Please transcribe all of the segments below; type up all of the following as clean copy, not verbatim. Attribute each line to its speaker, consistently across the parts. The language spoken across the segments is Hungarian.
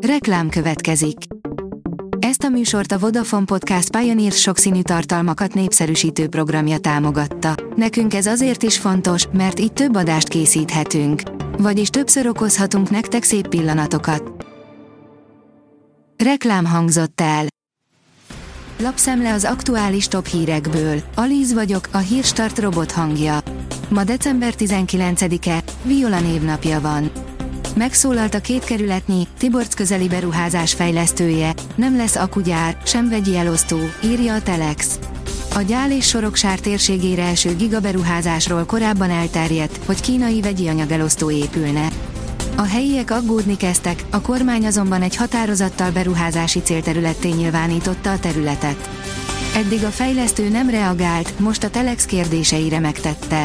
Speaker 1: Reklám következik. Ezt a műsort a Vodafone Podcast Pioneer sokszínű tartalmakat népszerűsítő programja támogatta. Nekünk ez azért is fontos, mert így több adást készíthetünk. Vagyis többször okozhatunk nektek szép pillanatokat. Reklám hangzott el. Lapszemle az aktuális top hírekből. Alíz vagyok, a Hírstart robot hangja. Ma december 19-e, Viola névnapja van. Megszólalt a kétkerületnyi, Tiborcs közeli beruházás fejlesztője, nem lesz akugyár, sem vegyi elosztó, írja a Telex. A Gyál és Soroksár térségére eső gigaberuházásról korábban elterjedt, hogy kínai vegyi anyagelosztó épülne. A helyiek aggódni kezdtek, a kormány azonban egy határozattal beruházási célterületté nyilvánította a területet. Eddig a fejlesztő nem reagált, most a Telex kérdéseire megtette.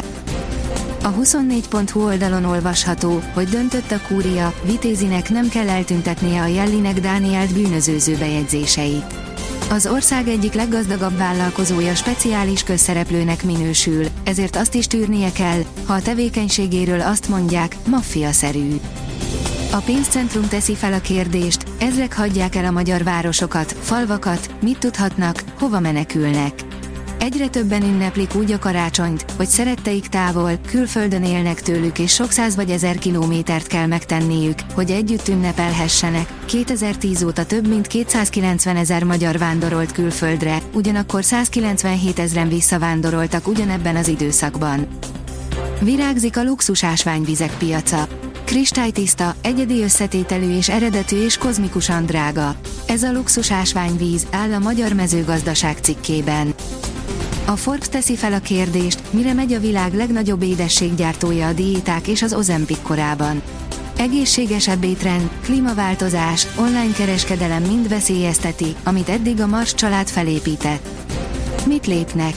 Speaker 1: A 24.hu oldalon olvasható, hogy döntött a kúria, Vitézinek nem kell eltüntetnie a Jellinek Dánielt bűnözőző bejegyzéseit. Az ország egyik leggazdagabb vállalkozója speciális közszereplőnek minősül, ezért azt is tűrnie kell, ha a tevékenységéről azt mondják, maffiaszerű. A pénzcentrum teszi fel a kérdést, ezrek hagyják el a magyar városokat, falvakat, mit tudhatnak, hova menekülnek. Egyre többen ünneplik úgy a karácsonyt, hogy szeretteik távol, külföldön élnek tőlük és sok száz vagy ezer kilométert kell megtenniük, hogy együtt ünnepelhessenek. 2010 óta több mint 290 000 magyar vándorolt külföldre, ugyanakkor 197 000-en visszavándoroltak ugyanebben az időszakban. Virágzik a luxus ásványvizek piaca. Kristálytiszta, egyedi összetételű és eredetű és kozmikusan drága. Ez a luxus ásványvíz, áll a Magyar Mezőgazdaság cikkében. A Forbes teszi fel a kérdést, mire megy a világ legnagyobb édességgyártója a diéták és az Ozempic korában. Egészségesebb étrend, klímaváltozás, online kereskedelem mind veszélyezteti, amit eddig a Mars család felépített. Mit lépnek?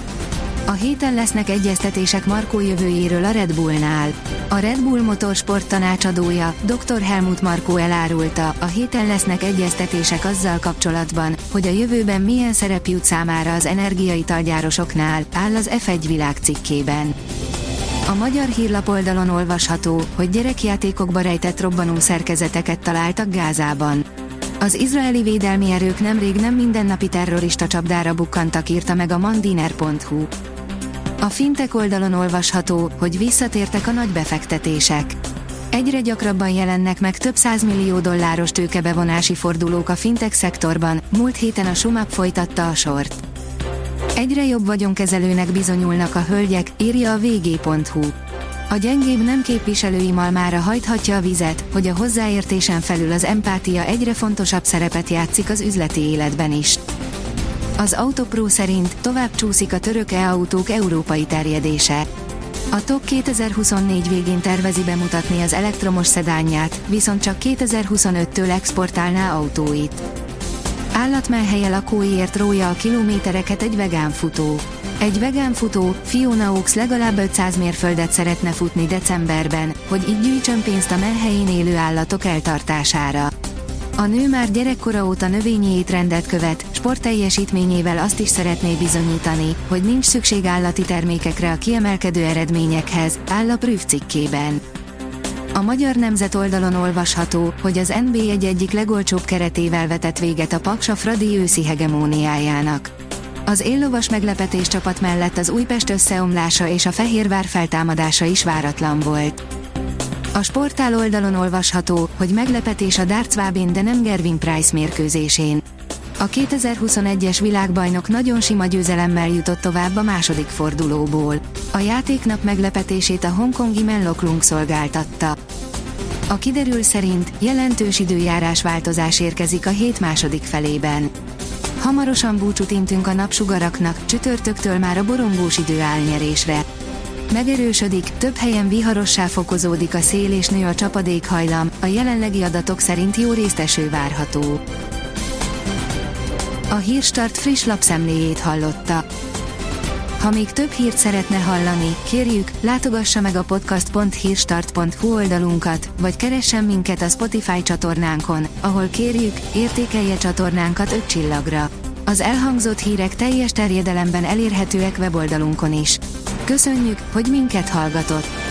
Speaker 1: A héten lesznek egyeztetések Markó jövőjéről a Red Bullnál. A Red Bull motorsport tanácsadója, Dr. Helmut Markó elárulta, a héten lesznek egyeztetések azzal kapcsolatban, hogy a jövőben milyen szerep jut számára az energiaitalgyárosoknál, áll az F1 világ cikkében. A magyar hírlapoldalon olvasható, hogy gyerekjátékokba rejtett robbanó szerkezeteket találtak Gázában. Az izraeli védelmi erők nemrég nem mindennapi terrorista csapdára bukkantak, írta meg a mandiner.hu. A fintech oldalon olvasható, hogy visszatértek a nagy befektetések. Egyre gyakrabban jelennek meg több $100 millió tőkebevonási fordulók a fintech szektorban, múlt héten a Sumap folytatta a sort. Egyre jobb vagyonkezelőnek bizonyulnak a hölgyek, írja a vg.hu. A gyengébb nem képviselői malmára hajthatja a vizet, hogy a hozzáértésen felül az empátia egyre fontosabb szerepet játszik az üzleti életben is. Az Autopro szerint tovább csúszik a török e-autók európai terjedése. A TOG 2024 végén tervezi bemutatni az elektromos szedánját, viszont csak 2025-től exportálná autóit. Állatmenhelye lakóiért rója a kilométereket egy vegán futó. Egy vegán futó, Fiona Oaks legalább 500 mérföldet szeretne futni decemberben, hogy így gyűjtsön pénzt a menhelyén élő állatok eltartására. A nő már gyerekkora óta növényi étrendet követ, sportteljesítményével azt is szeretné bizonyítani, hogy nincs szükség állati termékekre a kiemelkedő eredményekhez, áll a Prüf cikkében. A Magyar Nemzet oldalon olvasható, hogy az NB1 egyik legolcsóbb keretével vetett véget a Paks a Fradi őszi hegemóniájának. Az éllovas meglepetés csapat mellett az Újpest összeomlása és a Fehérvár feltámadása is váratlan volt. A Sportál oldalon olvasható, hogy meglepetés a darts-vábén, de nem Gervin Price mérkőzésén. A 2021-es világbajnok nagyon sima győzelemmel jutott tovább a második fordulóból. A játéknap meglepetését a hongkongi Menloklung szolgáltatta. A kiderül szerint jelentős időjárás változás érkezik a hét második felében. Hamarosan búcsút intünk a napsugaraknak, csütörtöktől már a borongós idő áll nyerésre. Megerősödik, több helyen viharossá fokozódik a szél és nő a csapadékhajlam, a jelenlegi adatok szerint jó részt eső várható. A Hírstart friss lapszemléjét hallotta. Ha még több hírt szeretne hallani, kérjük, látogassa meg a podcast.hírstart.hu oldalunkat, vagy keressen minket a Spotify csatornánkon, ahol kérjük, értékelje csatornánkat 5 csillagra. Az elhangzott hírek teljes terjedelemben elérhetőek weboldalunkon is. Köszönjük, hogy minket hallgatott!